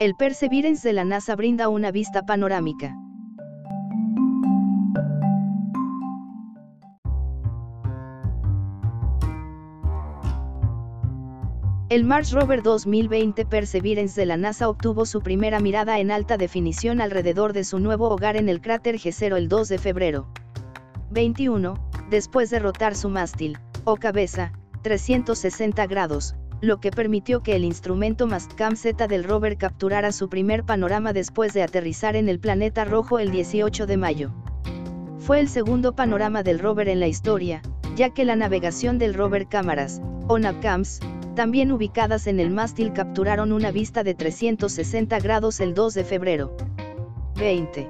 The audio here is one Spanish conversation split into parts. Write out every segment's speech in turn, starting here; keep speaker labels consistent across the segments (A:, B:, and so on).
A: El Perseverance de la NASA brinda una vista panorámica. El Mars Rover 2020 Perseverance de la NASA obtuvo su primera mirada en alta definición alrededor de su nuevo hogar en el cráter G0 el 2 de febrero. 21, después de rotar su mástil, o cabeza, 360 grados, lo que permitió que el instrumento Mastcam-Z del rover capturara su primer panorama después de aterrizar en el planeta rojo el 18 de mayo. Fue el segundo panorama del rover en la historia, ya que la navegación del rover cámaras, o Navcams, también ubicadas en el mástil capturaron una vista de 360 grados el 2 de febrero. 20.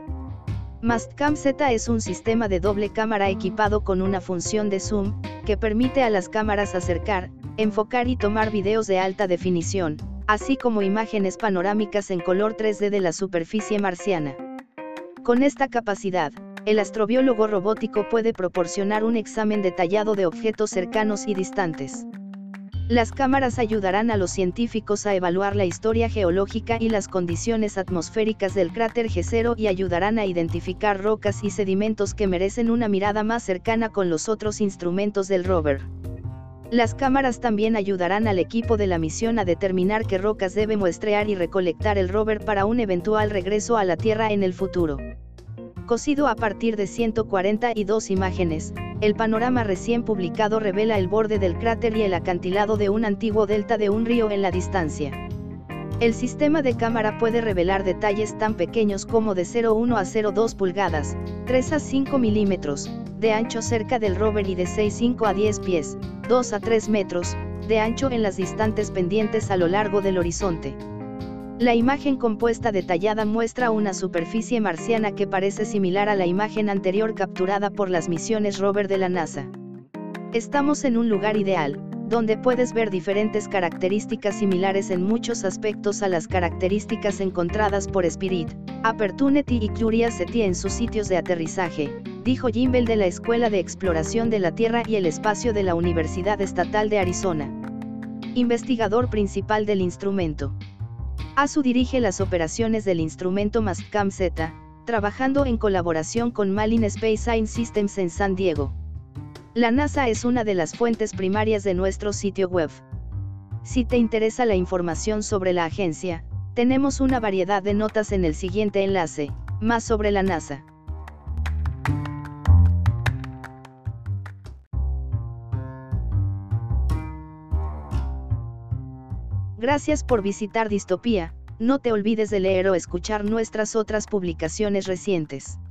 A: Mastcam-Z es un sistema de doble cámara equipado con una función de zoom, que permite a las cámaras acercar, enfocar y tomar videos de alta definición, así como imágenes panorámicas en color 3D de la superficie marciana. Con esta capacidad, el astrobiólogo robótico puede proporcionar un examen detallado de objetos cercanos y distantes. Las cámaras ayudarán a los científicos a evaluar la historia geológica y las condiciones atmosféricas del cráter G0 y ayudarán a identificar rocas y sedimentos que merecen una mirada más cercana con los otros instrumentos del rover. Las cámaras también ayudarán al equipo de la misión a determinar qué rocas debe muestrear y recolectar el rover para un eventual regreso a la Tierra en el futuro. Cosido a partir de 142 imágenes, el panorama recién publicado revela el borde del cráter y el acantilado de un antiguo delta de un río en la distancia. El sistema de cámara puede revelar detalles tan pequeños como de 0,1 a 0,2 pulgadas, 3 a 5 milímetros, de ancho cerca del rover y de 6,5 a 10 pies, 2 a 3 metros, de ancho en las distantes pendientes a lo largo del horizonte. La imagen compuesta detallada muestra una superficie marciana que parece similar a la imagen anterior capturada por las misiones rover de la NASA. Estamos en un lugar ideal, donde puedes ver diferentes características similares en muchos aspectos a las características encontradas por Spirit, Opportunity y Curiosity en sus sitios de aterrizaje, dijo Jim Bell de la Escuela de Exploración de la Tierra y el Espacio de la Universidad Estatal de Arizona. Investigador principal del instrumento. ASU dirige las operaciones del instrumento Mastcam-Z, trabajando en colaboración con Malin Space Science Systems en San Diego. La NASA es una de las fuentes primarias de nuestro sitio web. Si te interesa la información sobre la agencia, tenemos una variedad de notas en el siguiente enlace, más sobre la NASA. Gracias por visitar Distopía, no te olvides de leer o escuchar nuestras otras publicaciones recientes.